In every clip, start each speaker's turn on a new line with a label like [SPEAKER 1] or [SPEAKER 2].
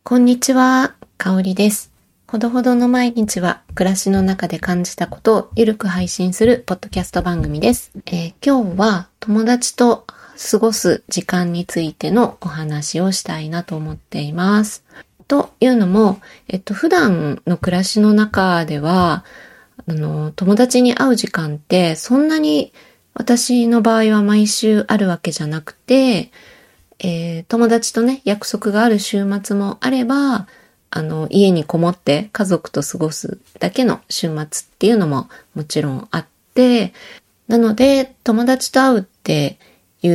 [SPEAKER 1] こんにちは、かおりです。ほどほどの毎日は暮らしの中で感じたことをゆるく配信するポッドキャスト番組です。今日は友達と過ごす時間についてのお話をしたいなと思っています。というのも、普段の暮らしの中では、友達に会う時間ってそんなに私の場合は毎週あるわけじゃなくて、友達とね、約束がある週末もあれば、家にこもって家族と過ごすだけの週末っていうのももちろんあって、なので、友達と会うっていう、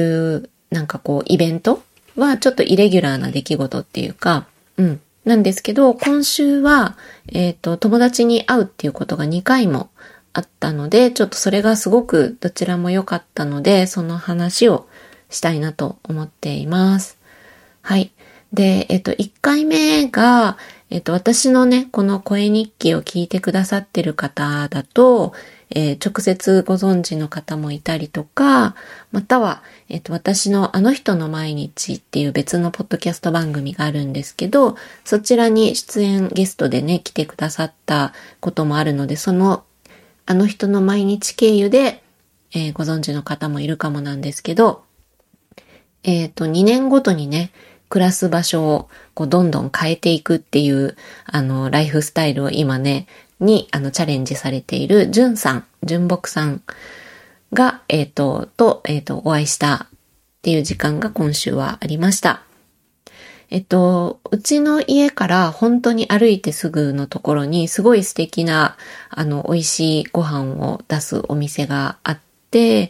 [SPEAKER 1] イベントはちょっとイレギュラーな出来事っていうか、なんですけど、今週は、友達に会うっていうことが2回もあったので、ちょっとそれがすごくどちらも良かったので、その話をしたいなと思っています。はい。で、1回目が、私のね、この声日記を聞いてくださってる方だと、直接ご存知の方もいたりとか、または、私のあの人の毎日っていう別のポッドキャスト番組があるんですけど、そちらに出演ゲストでね、来てくださったこともあるので、そのあの人の毎日経由で、ご存知の方もいるかもなんですけど、2年ごとにね、暮らす場所をどんどん変えていくっていう、ライフスタイルを今ね、チャレンジされている純木さんが、お会いしたっていう時間が今週はありました。うちの家から本当に歩いてすぐのところにすごい素敵な、美味しいご飯を出すお店があって、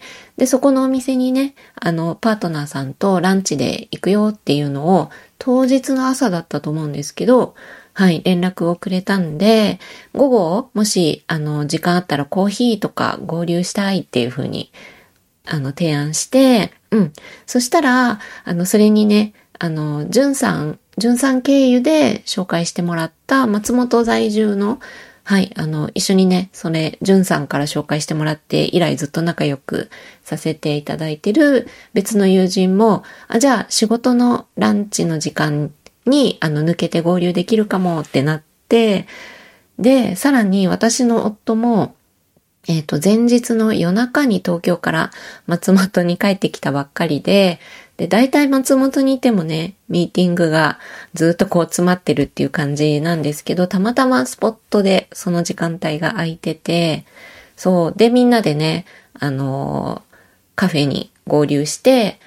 [SPEAKER 1] で、そこのお店にね、パートナーさんとランチで行くよっていうのを当日の朝だったと思うんですけど、はい、連絡をくれたんで、午後、もし、時間あったらコーヒーとか合流したいっていう風に、提案して、そしたら、それにね、じゅんさん経由で紹介してもらった松本在住の、はい、一緒にね、じゅんさんから紹介してもらって以来ずっと仲良くさせていただいてる別の友人も、じゃあ仕事のランチの時間に、抜けて合流できるかもってなって、で、さらに私の夫も、前日の夜中に東京から松本に帰ってきたばっかりで、大体松本にいてもね、ミーティングがずっと詰まってるっていう感じなんですけど、たまたまスポットでその時間帯が空いてて、そう。で、みんなでね、カフェに合流して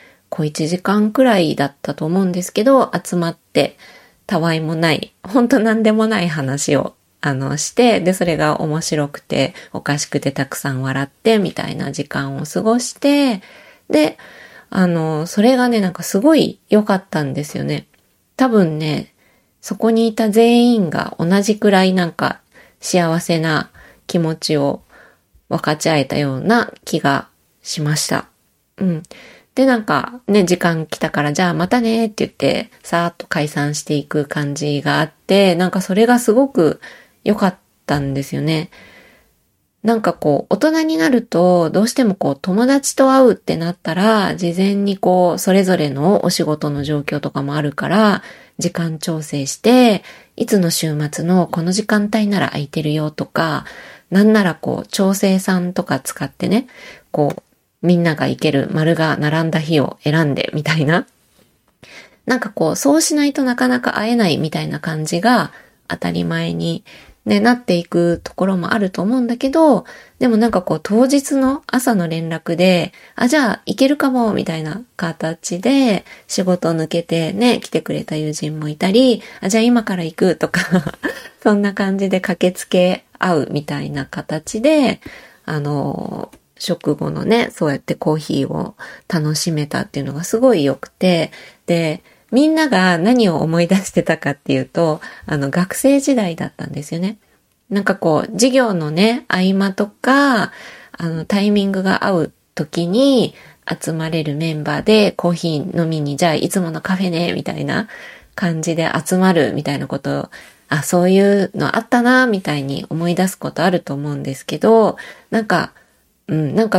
[SPEAKER 1] 、1時間くらいだったと思うんですけど、集まって、たわいもない、ほんとなんでもない話をして、で、それが面白くて、おかしくてたくさん笑って、みたいな時間を過ごして、で、それがね、すごい良かったんですよね。多分ね、そこにいた全員が同じくらい幸せな気持ちを分かち合えたような気がしました。で、時間来たから、じゃあまたねって言って、さーっと解散していく感じがあって、それがすごく良かったんですよね。大人になると、どうしても友達と会うってなったら、事前にそれぞれのお仕事の状況とかもあるから、時間調整して、いつの週末のこの時間帯なら空いてるよとか、なんなら調整さんとか使ってね、みんなが行ける丸が並んだ日を選んでみたいな。そうしないとなかなか会えないみたいな感じが当たり前にね、なっていくところもあると思うんだけど、でも当日の朝の連絡で、じゃあ行けるかも、みたいな形で仕事を抜けてね、来てくれた友人もいたり、じゃあ今から行くとか、そんな感じで駆けつけ合うみたいな形で、食後のね、そうやってコーヒーを楽しめたっていうのがすごい良くて、で、みんなが何を思い出してたかっていうと、学生時代だったんですよね。授業のね、合間とか、タイミングが合う時に集まれるメンバーでコーヒー飲みに、じゃあいつものカフェね、みたいな感じで集まるみたいなことを、そういうのあったな、みたいに思い出すことあると思うんですけど、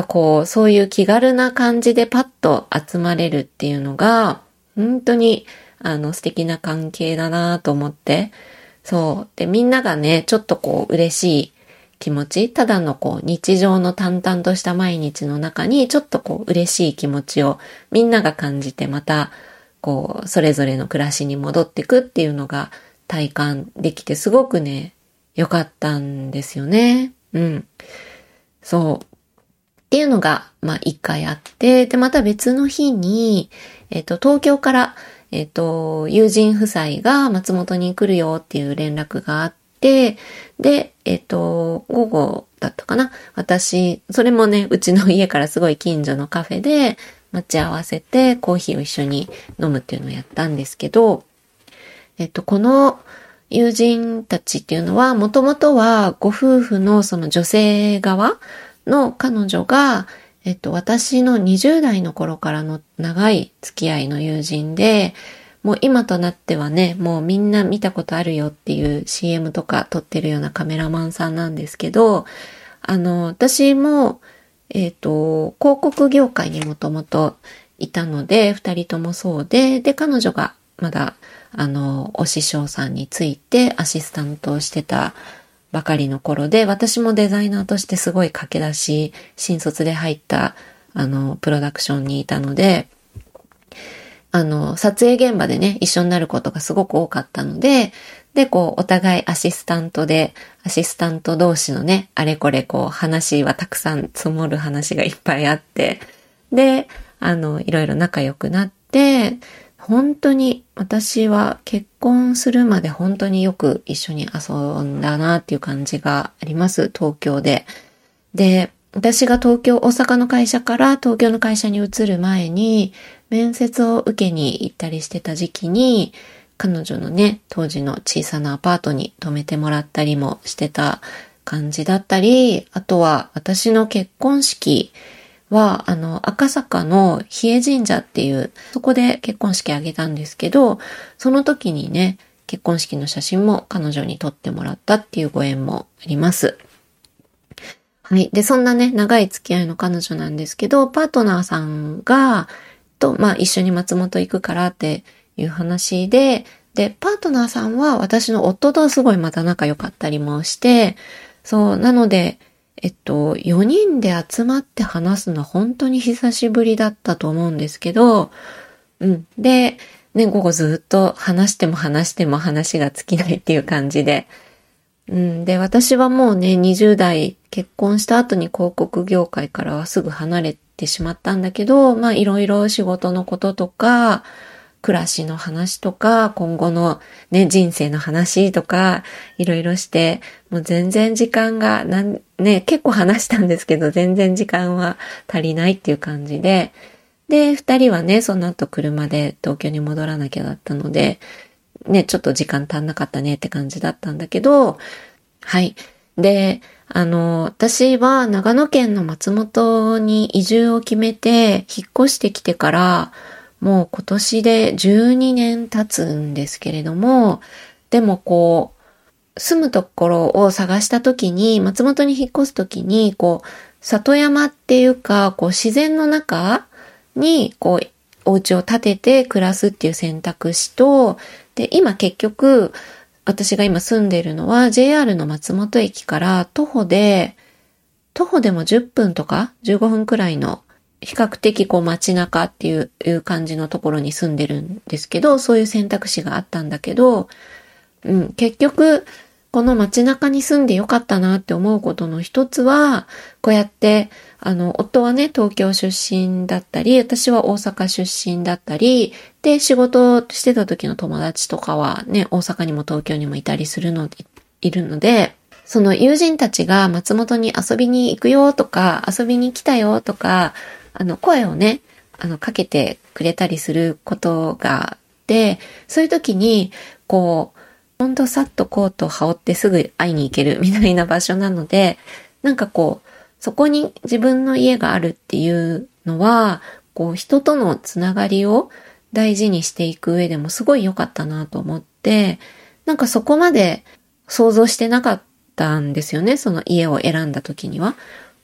[SPEAKER 1] そういう気軽な感じでパッと集まれるっていうのが、本当に、 素敵な関係だなと思って。そう。で、みんながね、ちょっとこう嬉しい気持ち、ただのこう日常の淡々とした毎日の中にちょっとこう嬉しい気持ちをみんなが感じて、またこうそれぞれの暮らしに戻ってくっていうのが体感できて、すごくね、良かったんですよね。うん。そう。っていうのが、一回あって、で、また別の日に、東京から、友人夫妻が松本に来るよっていう連絡があって、で、午後だったかな。私、それもね、うちの家からすごい近所のカフェで待ち合わせてコーヒーを一緒に飲むっていうのをやったんですけど、この友人たちっていうのは、もともとはご夫婦のその女性側の彼女が、私の20代の頃からの長い付き合いの友人で、もう今となってはね、もうみんな見たことあるよっていう CM とか撮ってるようなカメラマンさんなんですけど、私も、広告業界にもともといたので、二人ともそうで、で、彼女がまだ、お師匠さんについてアシスタントをしてたばかりの頃で、私もデザイナーとしてすごい駆け出し、新卒で入った、プロダクションにいたので、撮影現場でね、一緒になることがすごく多かったので、で、こう、お互いアシスタントで、アシスタント同士のね、あれこれこう、話はたくさん積もる話がいっぱいあって、で、いろいろ仲良くなって、本当に私は結婚するまで本当によく一緒に遊んだなっていう感じがあります、東京で。で、私が大阪の会社から東京の会社に移る前に、面接を受けに行ったりしてた時期に、彼女のね、当時の小さなアパートに泊めてもらったりもしてた感じだったり、あとは私の結婚式は、赤坂の比叡神社っていう、そこで結婚式あげたんですけど、その時にね、結婚式の写真も彼女に撮ってもらったっていうご縁もあります。はい。で、そんなね、長い付き合いの彼女なんですけど、パートナーさんが、一緒に松本行くからっていう話で、で、パートナーさんは私の夫とすごいまた仲良かったりもして、そう、なので、4人で集まって話すのは本当に久しぶりだったと思うんですけど、うん。で、ね、午後ずっと話しても話しても話が尽きないっていう感じで、うん。で、私はもうね、20代結婚した後に広告業界からはすぐ離れてしまったんだけど、いろいろ仕事のこととか、暮らしの話とか、今後のね、人生の話とか、いろいろして、もう全然時間が結構話したんですけど、全然時間は足りないっていう感じで、で、二人はね、その後車で東京に戻らなきゃだったので、ね、ちょっと時間足んなかったねって感じだったんだけど、はい。で、私は長野県の松本に移住を決めて引っ越してきてから、もう今年で12年経つんですけれども、でもこう、住むところを探した時に、松本に引っ越す時に、こう、里山っていうか、こう自然の中に、こう、お家を建てて暮らすっていう選択肢と、で、今結局、私が今住んでいるのは JR の松本駅から徒歩でも10分とか15分くらいの比較的こう街中っていう感じのところに住んでるんですけど、そういう選択肢があったんだけど、結局この街中に住んでよかったなって思うことの一つは、こうやって夫はね、東京出身だったり、私は大阪出身だったり、で、仕事してた時の友達とかはね、大阪にも東京にもいたりいるので、その友人たちが松本に遊びに行くよとか、遊びに来たよとか、声をね、かけてくれたりすることがあって、そういう時に、こう、ほんとさっとコートを羽織ってすぐ会いに行けるみたいな場所なので、なんかこう、そこに自分の家があるっていうのは、こう人とのつながりを大事にしていく上でもすごい良かったなと思って、なんかそこまで想像してなかったんですよね、その家を選んだ時には。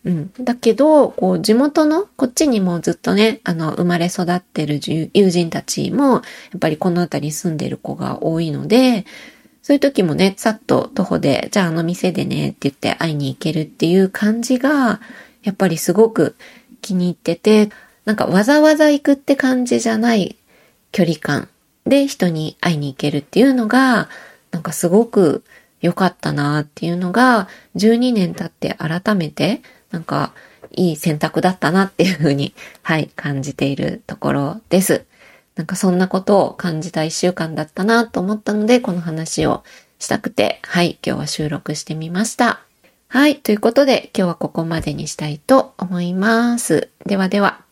[SPEAKER 1] だけど、こう、地元の、こっちにもずっとね、生まれ育ってる友人たちも、やっぱりこの辺りに住んでる子が多いので、そういう時もね、さっと徒歩で、じゃあ店でねって言って会いに行けるっていう感じが、やっぱりすごく気に入ってて、なんかわざわざ行くって感じじゃない距離感で人に会いに行けるっていうのが、なんかすごく良かったなっていうのが、12年経って改めて、なんかいい選択だったなっていうふうに、感じているところです。なんかそんなことを感じた一週間だったなと思ったので、この話をしたくて、今日は収録してみました。ということで今日はここまでにしたいと思います。ではでは。